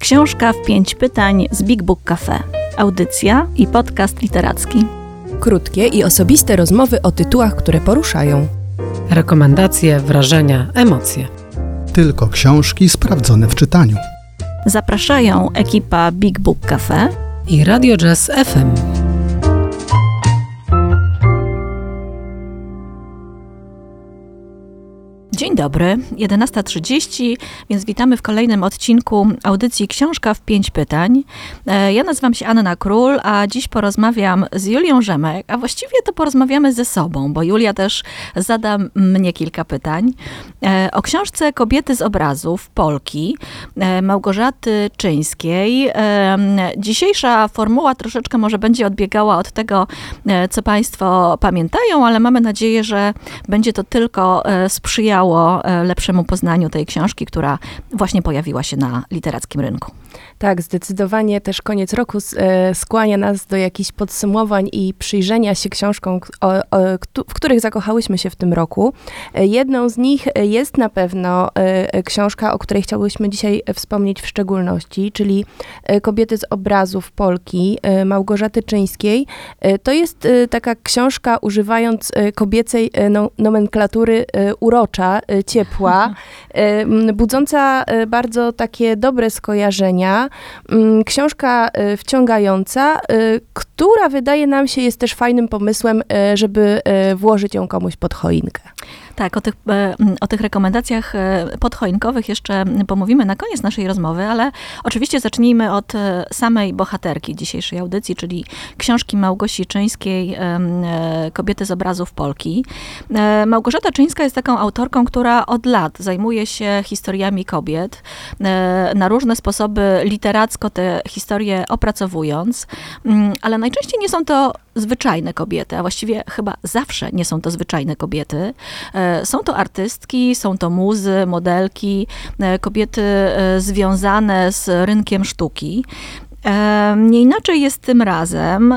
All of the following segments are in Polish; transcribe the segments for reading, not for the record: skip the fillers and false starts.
Książka w 5 pytań z Big Book Cafe. Audycja i podcast literacki. Krótkie i osobiste rozmowy o tytułach, które poruszają. Rekomendacje, wrażenia, emocje. Tylko książki sprawdzone w czytaniu. Zapraszają ekipa Big Book Cafe i Radio Jazz FM. Dzień dobry, 11:30, więc witamy w kolejnym odcinku audycji Książka w 5 pytań. Ja nazywam się Anna Król, a dziś porozmawiam z Julią Rzemek, a właściwie to porozmawiamy ze sobą, bo Julia też zada mnie kilka pytań. O książce Kobiety z obrazów Polki Małgorzaty Czyńskiej. Dzisiejsza formuła troszeczkę może będzie odbiegała od tego, co Państwo pamiętają, ale mamy nadzieję, że będzie to tylko sprzyjało lepszemu poznaniu tej książki, która właśnie pojawiła się na literackim rynku. Tak, zdecydowanie też koniec roku skłania nas do jakichś podsumowań i przyjrzenia się książkom, w których zakochałyśmy się w tym roku. Jedną z nich jest na pewno książka, o której chciałyśmy dzisiaj wspomnieć w szczególności, czyli Kobiety z obrazów Polki Małgorzaty Czyńskiej. To jest taka książka, używając kobiecej nomenklatury, urocza, ciepła, budząca bardzo takie dobre skojarzenia. Książka wciągająca, która wydaje nam się jest też fajnym pomysłem, żeby włożyć ją komuś pod choinkę. Tak, o tych rekomendacjach podchoinkowych jeszcze pomówimy na koniec naszej rozmowy, ale oczywiście zacznijmy od samej bohaterki dzisiejszej audycji, czyli książki Małgosi Czyńskiej Kobiety z obrazów Polki. Małgorzata Czyńska jest taką autorką, która od lat zajmuje się historiami kobiet, na różne sposoby literacko te historie opracowując, ale najczęściej nie są to zwyczajne kobiety, a właściwie chyba zawsze nie są to zwyczajne kobiety. Są to artystki, są to muzy, modelki, kobiety związane z rynkiem sztuki. Nie inaczej jest tym razem.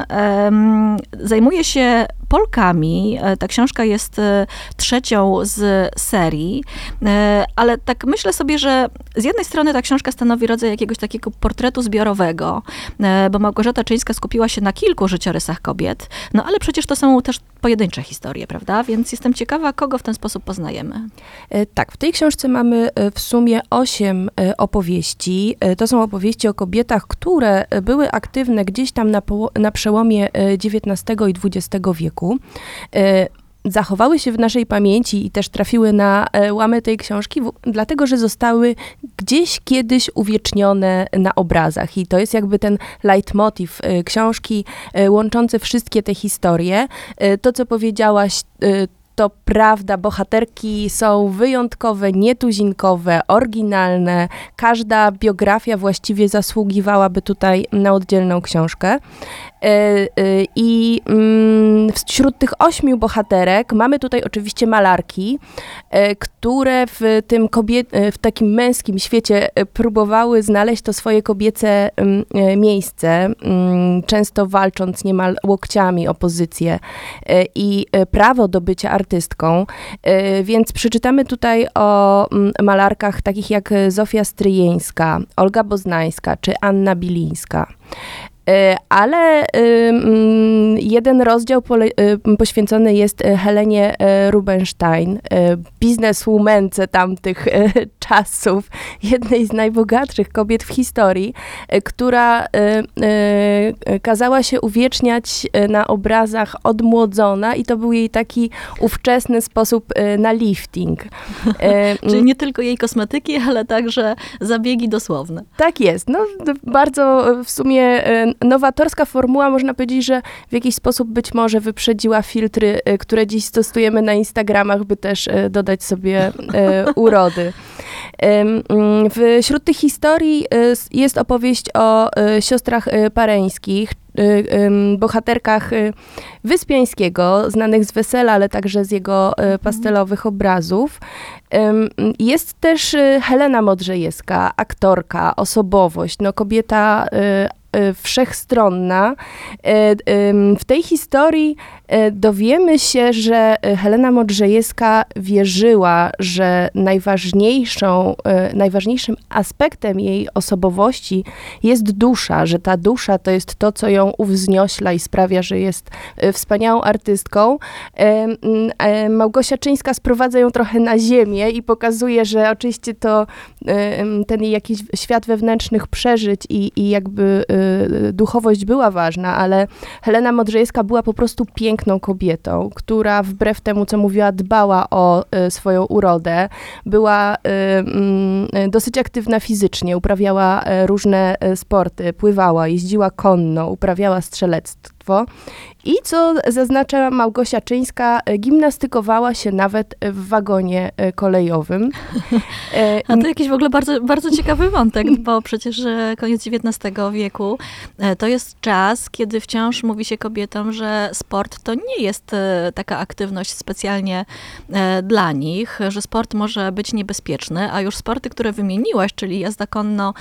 Zajmuje się Polkami. Ta książka jest trzecią z serii, ale tak myślę sobie, że z jednej strony ta książka stanowi rodzaj jakiegoś takiego portretu zbiorowego, bo Małgorzata Czyńska skupiła się na kilku życiorysach kobiet, no ale przecież to są też pojedyncze historie, prawda? Więc jestem ciekawa, kogo w ten sposób poznajemy. Tak, w tej książce mamy w sumie 8 opowieści. To są opowieści o kobietach, które były aktywne gdzieś tam na przełomie XIX i XX wieku. Zachowały się w naszej pamięci i też trafiły na łamy tej książki, dlatego że zostały gdzieś kiedyś uwiecznione na obrazach. I to jest jakby ten leitmotiv książki łączący wszystkie te historie. To, co powiedziałaś, to prawda, bohaterki są wyjątkowe, nietuzinkowe, oryginalne. Każda biografia właściwie zasługiwałaby tutaj na oddzielną książkę. I wśród tych 8 bohaterek mamy tutaj oczywiście malarki, które w takim męskim świecie próbowały znaleźć to swoje kobiece miejsce, często walcząc niemal łokciami o pozycję i prawo do bycia artystką. Więc przeczytamy tutaj o malarkach takich jak Zofia Stryjeńska, Olga Boznańska czy Anna Bilińska. Ale jeden rozdział poświęcony jest Helenie Rubinstein, bizneswomance tamtych czasów, jednej z najbogatszych kobiet w historii, która kazała się uwieczniać na obrazach odmłodzona i to był jej taki ówczesny sposób na lifting. Czyli nie tylko jej kosmetyki, ale także zabiegi dosłowne. Tak jest. No, bardzo w sumie nowatorska formuła, można powiedzieć, że w jakiś sposób być może wyprzedziła filtry, które dziś stosujemy na Instagramach, by też dodać sobie urody. Wśród tych historii jest opowieść o siostrach Pareńskich, bohaterkach Wyspiańskiego, znanych z Wesela, ale także z jego pastelowych obrazów. Jest też Helena Modrzejewska, aktorka, osobowość, no kobieta wszechstronna. W tej historii dowiemy się, że Helena Modrzejewska wierzyła, że najważniejszym aspektem jej osobowości jest dusza, że ta dusza to jest to, co ją uwzniośla i sprawia, że jest wspaniałą artystką. Małgosia Czyńska sprowadza ją trochę na ziemię i pokazuje, że oczywiście to ten jej jakiś świat wewnętrznych przeżyć i jakby duchowość była ważna, ale Helena Modrzejewska była po prostu piękną kobietą, która wbrew temu, co mówiła, dbała o swoją urodę, była dosyć aktywna fizycznie, uprawiała różne sporty, pływała, jeździła konno, uprawiała strzelectwo. I co zaznacza Małgosia Czyńska, gimnastykowała się nawet w wagonie kolejowym. A to jakiś w ogóle bardzo, bardzo ciekawy wątek, bo przecież koniec XIX wieku to jest czas, kiedy wciąż mówi się kobietom, że sport to nie jest taka aktywność specjalnie dla nich, że sport może być niebezpieczny, a już sporty, które wymieniłaś, czyli jazda konno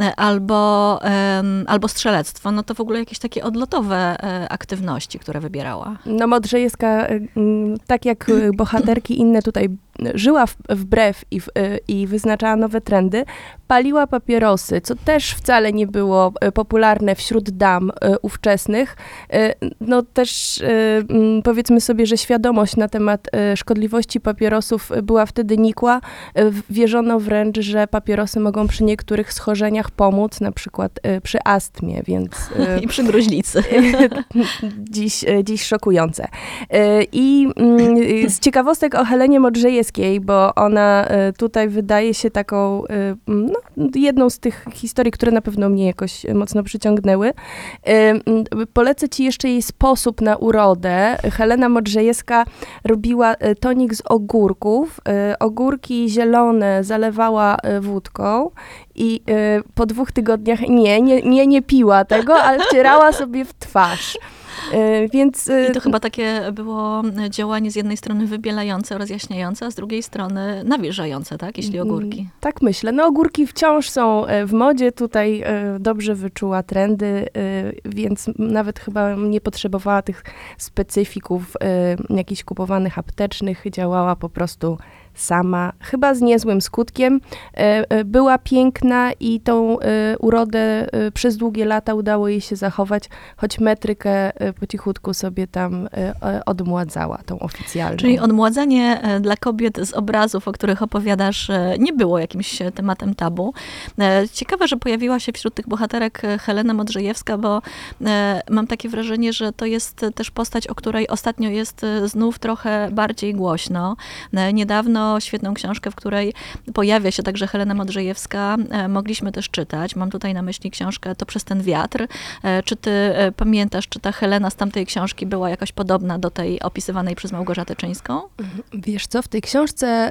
albo strzelectwo, no to w ogóle jakieś takie odlotowe aktywności, które wybierała. No Modrzejewska, tak jak bohaterki inne tutaj, żyła wbrew i wyznaczała nowe trendy, paliła papierosy, co też wcale nie było popularne wśród dam ówczesnych. No też powiedzmy sobie, że świadomość na temat szkodliwości papierosów była wtedy nikła. Wierzono wręcz, że papierosy mogą przy niektórych schorzeniach pomóc, na przykład przy astmie, więc... I przy gruźlicy. Dziś szokujące. I z ciekawostek o Helenie Modrzejewskiej, bo ona tutaj wydaje się taką jedną z tych historii, które na pewno mnie jakoś mocno przyciągnęły. Polecę ci jeszcze jej sposób na urodę. Helena Modrzejewska robiła tonik z ogórków. Ogórki zielone zalewała wódką i po 2 tygodniach nie piła tego, ale wcierała sobie w twarz. Więc, I to chyba takie było działanie z jednej strony wybielające, rozjaśniające, a z drugiej strony nawilżające, tak? Jeśli ogórki. Tak myślę. No ogórki wciąż są w modzie. Tutaj dobrze wyczuła trendy, więc nawet chyba nie potrzebowała tych specyfików jakichś kupowanych aptecznych. Działała po prostu sama, chyba z niezłym skutkiem. Była piękna i tą urodę przez długie lata udało jej się zachować, choć metrykę po cichutku sobie tam odmładzała, tą oficjalną. Czyli odmładzanie dla kobiet z obrazów, o których opowiadasz, nie było jakimś tematem tabu. Ciekawe, że pojawiła się wśród tych bohaterek Helena Modrzejewska, bo mam takie wrażenie, że to jest też postać, o której ostatnio jest znów trochę bardziej głośno. Niedawno świetną książkę, w której pojawia się także Helena Modrzejewska, mogliśmy też czytać. Mam tutaj na myśli książkę To przez ten wiatr. Czy ty pamiętasz, czy ta Helena z tamtej książki była jakoś podobna do tej opisywanej przez Małgorzatę Czyńską? Wiesz co, w tej książce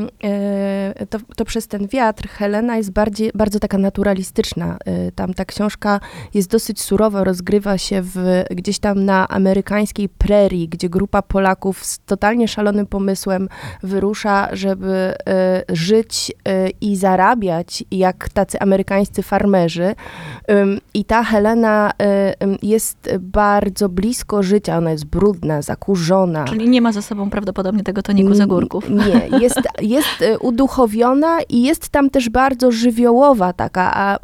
to przez ten wiatr Helena jest bardzo taka naturalistyczna. Tam ta książka jest dosyć surowa, rozgrywa się gdzieś tam na amerykańskiej prerii, gdzie grupa Polaków z totalnie szalonym pomysłem wyrusza, żeby żyć i zarabiać jak tacy amerykańscy farmerzy. I ta Helena jest bardzo blisko życia. Ona jest brudna, zakurzona. Czyli nie ma za sobą prawdopodobnie tego toniku z ogórków. Nie, jest uduchowiona i jest tam też bardzo żywiołowa taka, a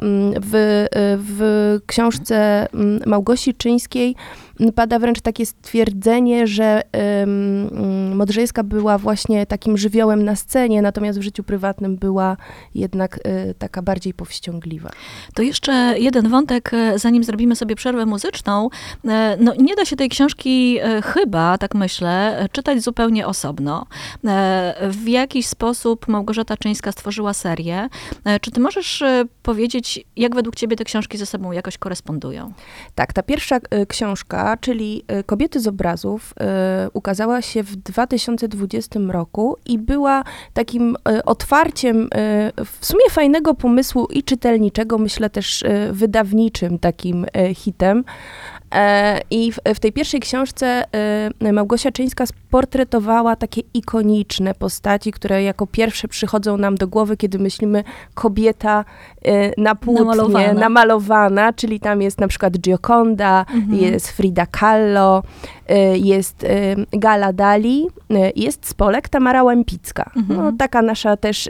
w książce Małgosi Czyńskiej pada wręcz takie stwierdzenie, że Modrzejewska była właśnie takim żywiołem na scenie, natomiast w życiu prywatnym była jednak taka bardziej powściągliwa. To jeszcze jeden wątek, zanim zrobimy sobie przerwę muzyczną. No, nie da się tej książki chyba, tak myślę, czytać zupełnie osobno. W jakiś sposób Małgorzata Czyńska stworzyła serię. Czy ty możesz powiedzieć, jak według ciebie te książki ze sobą jakoś korespondują? Tak, ta pierwsza książka, czyli Kobiety z obrazów, ukazała się w 2020 roku i była takim otwarciem w sumie fajnego pomysłu i czytelniczego, myślę też wydawniczym takim hitem. I w tej pierwszej książce Małgosia Czyńska sportretowała takie ikoniczne postaci, które jako pierwsze przychodzą nam do głowy, kiedy myślimy kobieta na płótnie, namalowana, czyli tam jest na przykład Gioconda, jest Frida Kahlo, jest Gala Dali, jest z Polek Tamara Łempicka. No, taka nasza też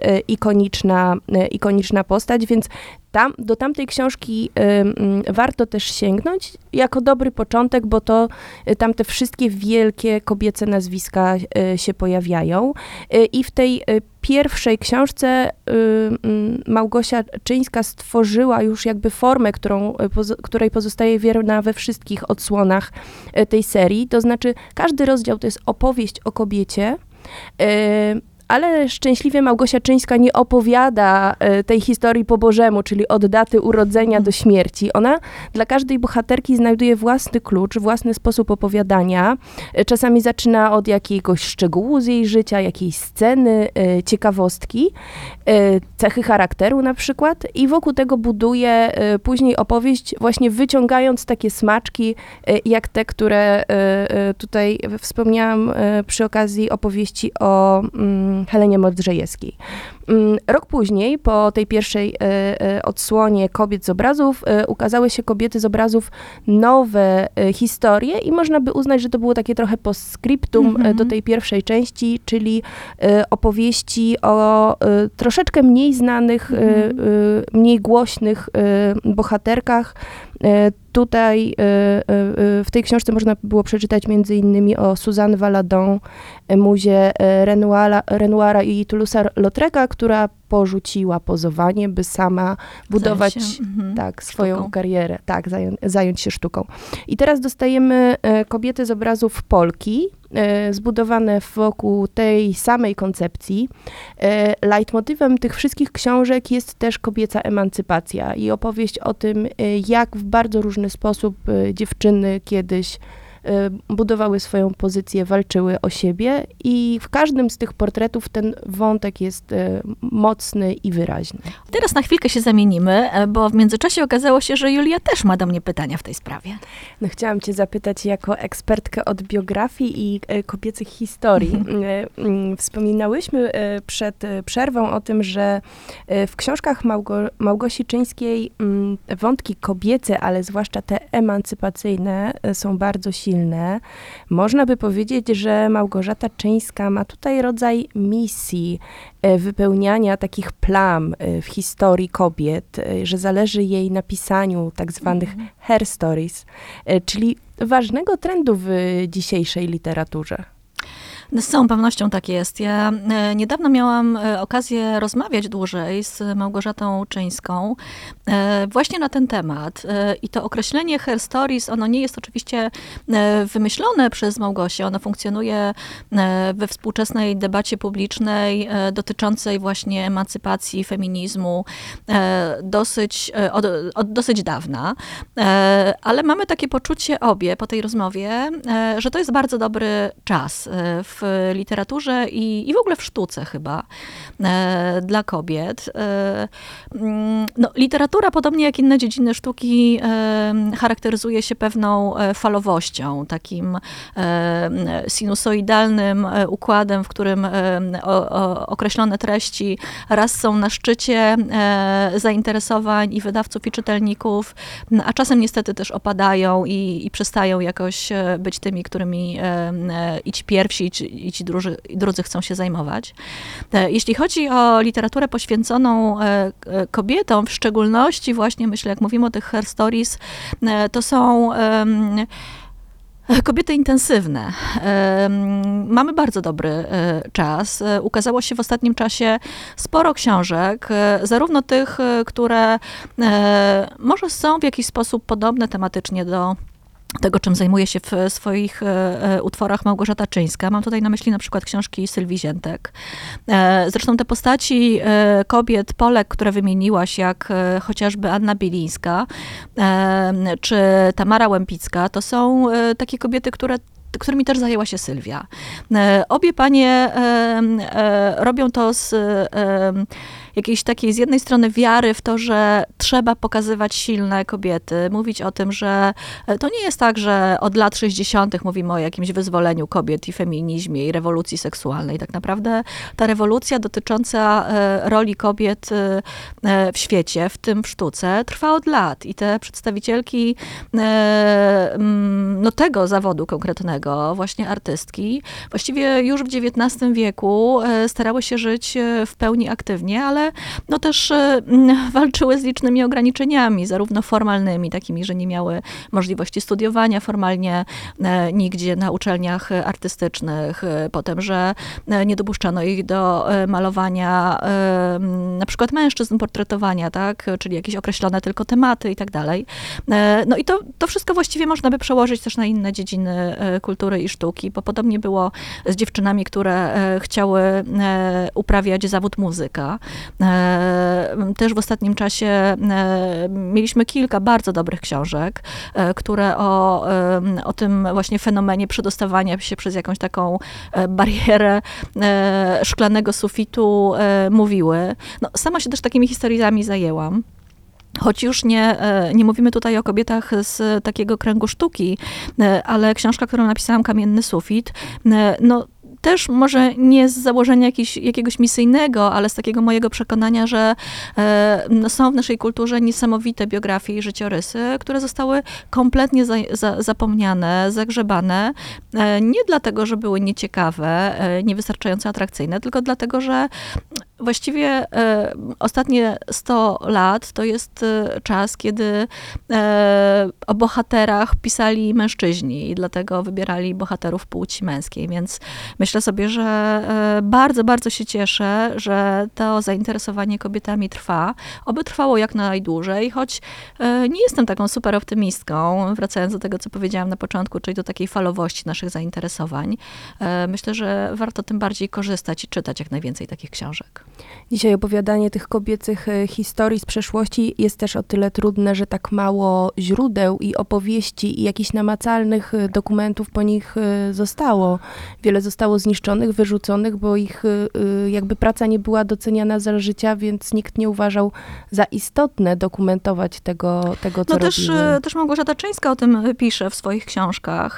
ikoniczna postać, więc do tamtej książki warto też sięgnąć jako dobry początek, bo to tam te wszystkie wielkie kobiece nazwiska się pojawiają. I w tej pierwszej książce Małgosia Czyńska stworzyła już jakby formę, której pozostaje wierna we wszystkich odsłonach tej serii. To znaczy każdy rozdział to jest opowieść o kobiecie, ale szczęśliwie Małgosia Czyńska nie opowiada tej historii po bożemu, czyli od daty urodzenia do śmierci. Ona dla każdej bohaterki znajduje własny klucz, własny sposób opowiadania. Czasami zaczyna od jakiegoś szczegółu z jej życia, jakiejś sceny, ciekawostki, cechy charakteru na przykład i wokół tego buduje później opowieść, właśnie wyciągając takie smaczki, jak te, które tutaj wspomniałam przy okazji opowieści o Helenie Modrzejewskiej. Rok później, po tej pierwszej odsłonie Kobiet z obrazów, ukazały się Kobiety z obrazów nowe historie i można by uznać, że to było takie trochę postscriptum do tej pierwszej części, czyli opowieści o troszeczkę mniej znanych, mniej głośnych bohaterkach. Tutaj w tej książce można było przeczytać między innymi o Suzanne Valadon, muzie Renoira i Toulouse'a-Lautreka, która porzuciła pozowanie, by sama budować swoją sztuką. karierę, zająć się sztuką. I teraz dostajemy Kobiety z obrazów Polki, zbudowane wokół tej samej koncepcji. Leitmotywem tych wszystkich książek jest też kobieca emancypacja i opowieść o tym, jak w bardzo różny sposób dziewczyny kiedyś budowały swoją pozycję, walczyły o siebie i w każdym z tych portretów ten wątek jest mocny i wyraźny. Teraz na chwilkę się zamienimy, bo w międzyczasie okazało się, że Julia też ma do mnie pytania w tej sprawie. No, chciałam cię zapytać jako ekspertkę od biografii i kobiecych historii. Wspominałyśmy przed przerwą o tym, że w książkach Małgosi Czyńskiej wątki kobiece, ale zwłaszcza te emancypacyjne są bardzo silne. Można by powiedzieć, że Małgorzata Czyńska ma tutaj rodzaj misji wypełniania takich plam w historii kobiet, że zależy jej na pisaniu tak zwanych hair stories, czyli ważnego trendu w dzisiejszej literaturze. Z całą pewnością tak jest. Ja niedawno miałam okazję rozmawiać dłużej z Małgorzatą Czyńską właśnie na ten temat. I to określenie hair stories, ono nie jest oczywiście wymyślone przez Małgosię. Ono funkcjonuje we współczesnej debacie publicznej dotyczącej właśnie emancypacji, feminizmu od dosyć dawna. Ale mamy takie poczucie obie po tej rozmowie, że to jest bardzo dobry czas w literaturze i w ogóle w sztuce chyba dla kobiet. No, literatura, podobnie jak inne dziedziny sztuki, charakteryzuje się pewną falowością, takim sinusoidalnym układem, w którym określone treści raz są na szczycie zainteresowań i wydawców, i czytelników, a czasem niestety też opadają i przestają jakoś być tymi, którymi i ci pierwsi, i ci drudzy chcą się zajmować. Jeśli chodzi o literaturę poświęconą kobietom, w szczególności właśnie, myślę, jak mówimy o tych hair stories, to są kobiety intensywne. Mamy bardzo dobry czas. Ukazało się w ostatnim czasie sporo książek, zarówno tych, które może są w jakiś sposób podobne tematycznie do tego, czym zajmuje się w swoich utworach Małgorzata Czyńska. Mam tutaj na myśli na przykład książki Sylwii Ziętek. Zresztą te postaci kobiet, Polek, które wymieniłaś, jak chociażby Anna Bielińska, czy Tamara Łempicka, to są takie kobiety, którymi też zajęła się Sylwia. Obie panie robią to z jakiejś takiej z jednej strony wiary w to, że trzeba pokazywać silne kobiety, mówić o tym, że to nie jest tak, że od lat 60. mówimy o jakimś wyzwoleniu kobiet i feminizmie i rewolucji seksualnej. Tak naprawdę ta rewolucja dotycząca roli kobiet w świecie, w tym w sztuce, trwa od lat i te przedstawicielki tego zawodu konkretnego, właśnie artystki, właściwie już w XIX wieku starały się żyć w pełni aktywnie, ale też walczyły z licznymi ograniczeniami, zarówno formalnymi, takimi, że nie miały możliwości studiowania formalnie nigdzie na uczelniach artystycznych, potem, że nie dopuszczano ich do malowania na przykład mężczyzn, portretowania, tak, czyli jakieś określone tylko tematy i tak dalej. No i to wszystko właściwie można by przełożyć też na inne dziedziny kultury i sztuki, bo podobnie było z dziewczynami, które chciały uprawiać zawód muzyka. Też w ostatnim czasie mieliśmy kilka bardzo dobrych książek, które o tym właśnie fenomenie przedostawania się przez jakąś taką barierę szklanego sufitu mówiły. No, sama się też takimi historiami zajęłam. Choć już nie mówimy tutaj o kobietach z takiego kręgu sztuki, ale książka, którą napisałam, Kamienny sufit, też może nie z założenia jakiegoś misyjnego, ale z takiego mojego przekonania, że są w naszej kulturze niesamowite biografie i życiorysy, które zostały kompletnie zapomniane, zagrzebane. Nie dlatego, że były nieciekawe, niewystarczająco atrakcyjne, tylko dlatego, że właściwie ostatnie 100 lat to jest czas, kiedy o bohaterach pisali mężczyźni i dlatego wybierali bohaterów płci męskiej, więc myślę sobie, że bardzo, bardzo się cieszę, że to zainteresowanie kobietami trwa. Oby trwało jak najdłużej, choć nie jestem taką super optymistką, wracając do tego, co powiedziałam na początku, czyli do takiej falowości naszych zainteresowań. Myślę, że warto tym bardziej korzystać i czytać jak najwięcej takich książek. Dzisiaj opowiadanie tych kobiecych historii z przeszłości jest też o tyle trudne, że tak mało źródeł i opowieści i jakichś namacalnych dokumentów po nich zostało. Wiele zostało zniszczonych, wyrzuconych, bo ich jakby praca nie była doceniana za życia, więc nikt nie uważał za istotne dokumentować tego co robiły. Też Małgorzata Czyńska o tym pisze w swoich książkach,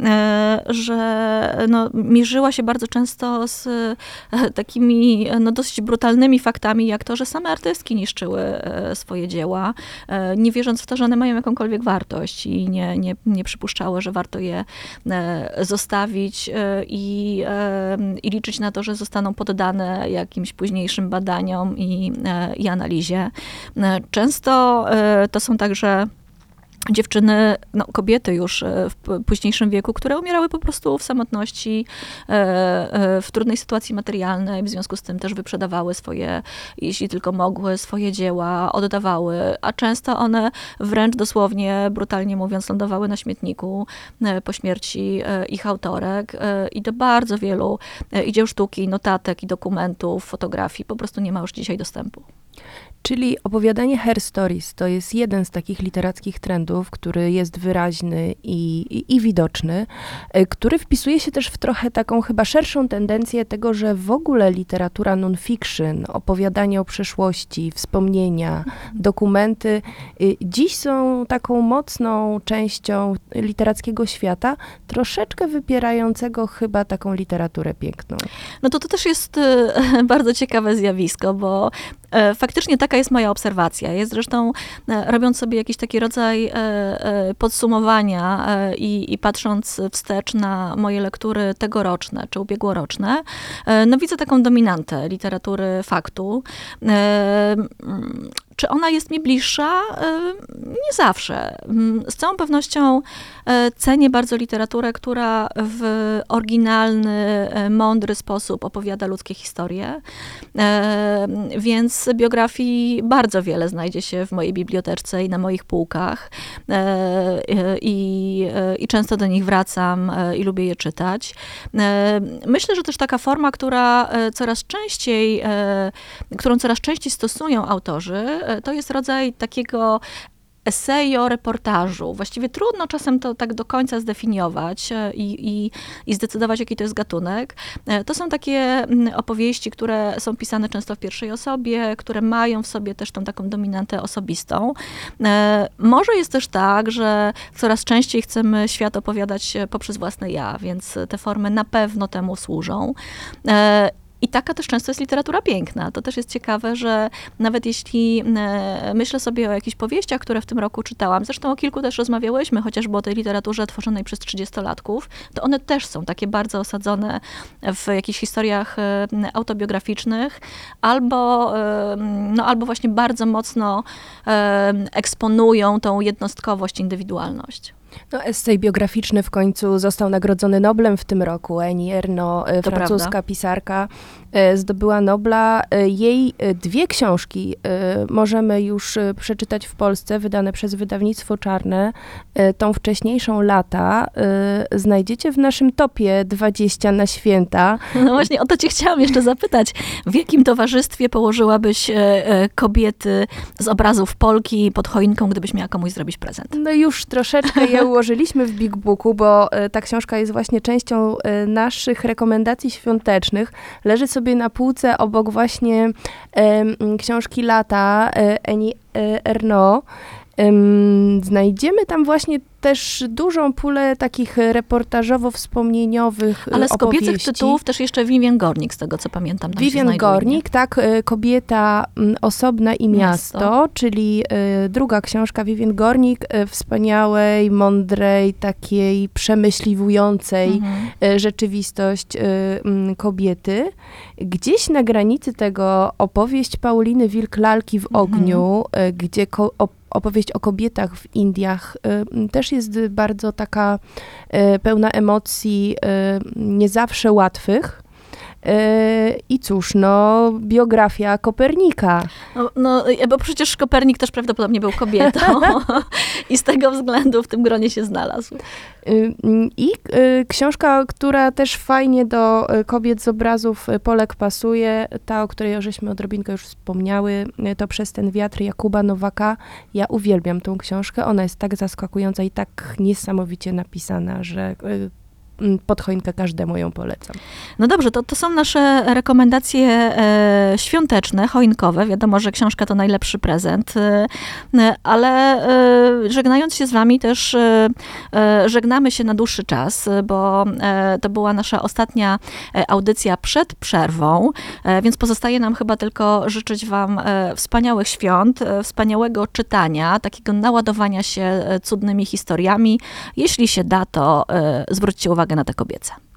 że mierzyła się bardzo często z takimi dosyć brutalnymi faktami, jak to, że same artystki niszczyły swoje dzieła, nie wierząc w to, że one mają jakąkolwiek wartość i nie przypuszczały, że warto je zostawić i liczyć na to, że zostaną poddane jakimś późniejszym badaniom i analizie. Często to są także dziewczyny, kobiety już w późniejszym wieku, które umierały po prostu w samotności, w trudnej sytuacji materialnej, w związku z tym też wyprzedawały swoje, jeśli tylko mogły, swoje dzieła, oddawały, a często one wręcz dosłownie, brutalnie mówiąc, lądowały na śmietniku po śmierci ich autorek i do bardzo wielu i dzieł sztuki, notatek i dokumentów, fotografii po prostu nie ma już dzisiaj dostępu. Czyli opowiadanie hair stories to jest jeden z takich literackich trendów, który jest wyraźny i widoczny, który wpisuje się też w trochę taką chyba szerszą tendencję tego, że w ogóle literatura non-fiction, opowiadanie o przeszłości, wspomnienia, dokumenty dziś są taką mocną częścią literackiego świata, troszeczkę wypierającego chyba taką literaturę piękną. To też jest bardzo ciekawe zjawisko, bo faktycznie taka jest moja obserwacja. Ja zresztą, robiąc sobie jakiś taki rodzaj podsumowania i patrząc wstecz na moje lektury tegoroczne czy ubiegłoroczne, widzę taką dominantę literatury faktu. Czy ona jest mi bliższa? Nie zawsze. Z całą pewnością cenię bardzo literaturę, która w oryginalny, mądry sposób opowiada ludzkie historie. Więc biografii bardzo wiele znajdzie się w mojej bibliotece i na moich półkach. I często do nich wracam i lubię je czytać. Myślę, że też taka forma, którą coraz częściej stosują autorzy, to jest rodzaj takiego eseju, reportażu. Właściwie trudno czasem to tak do końca zdefiniować i zdecydować, jaki to jest gatunek. To są takie opowieści, które są pisane często w pierwszej osobie, które mają w sobie też tą taką dominantę osobistą. Może jest też tak, że coraz częściej chcemy świat opowiadać poprzez własne ja, więc te formy na pewno temu służą. I taka też często jest literatura piękna. To też jest ciekawe, że nawet jeśli myślę sobie o jakichś powieściach, które w tym roku czytałam, zresztą o kilku też rozmawiałyśmy, chociażby o tej literaturze tworzonej przez 30-latków, to one też są takie bardzo osadzone w jakichś historiach autobiograficznych, albo właśnie bardzo mocno eksponują tą jednostkowość, indywidualność. No, esej biograficzny w końcu został nagrodzony Noblem w tym roku. Annie Ernaux, francuska pisarka, zdobyła Nobla. Jej 2 książki możemy już przeczytać w Polsce, wydane przez wydawnictwo Czarne. Tą wcześniejszą Lata znajdziecie w naszym topie 20 na święta. No właśnie, o to cię chciałam jeszcze zapytać. W jakim towarzystwie położyłabyś kobiety z obrazów Polki pod choinką, gdybyś miała komuś zrobić prezent? No już troszeczkę je ułożyliśmy w Big Booku, bo ta książka jest właśnie częścią naszych rekomendacji świątecznych. Leży sobie na półce obok właśnie książki Lata Annie Ernaux. Znajdziemy tam właśnie też dużą pulę takich reportażowo-wspomnieniowych Ale z opowieści. kobiecych tytułów też jeszcze Vivian Gornick, z tego co pamiętam. Vivian Gornick, tak, Kobieta, osobna i miasto, czyli druga książka Vivian Gornick, wspaniałej, mądrej, takiej przemyśliwującej rzeczywistość kobiety. Gdzieś na granicy tego opowieść Pauliny Wilk-Lalki w ogniu, gdzie opowieść o kobietach w Indiach też jest bardzo taka pełna emocji, nie zawsze łatwych. I cóż, biografia Kopernika. No, bo przecież Kopernik też prawdopodobnie był kobietą i z tego względu w tym gronie się znalazł. I książka, która też fajnie do kobiet z obrazów Polek pasuje, ta, o której żeśmy odrobinkę już wspomniały, to Przez ten wiatr Jakuba Nowaka. Ja uwielbiam tą książkę, ona jest tak zaskakująca i tak niesamowicie napisana, że pod choinkę każdemu ją polecam. No dobrze, to są nasze rekomendacje świąteczne, choinkowe. Wiadomo, że książka to najlepszy prezent, ale żegnając się z wami też żegnamy się na dłuższy czas, bo to była nasza ostatnia audycja przed przerwą, więc pozostaje nam chyba tylko życzyć wam wspaniałych świąt, wspaniałego czytania, takiego naładowania się cudnymi historiami. Jeśli się da, to zwróćcie uwagę na te kobiece.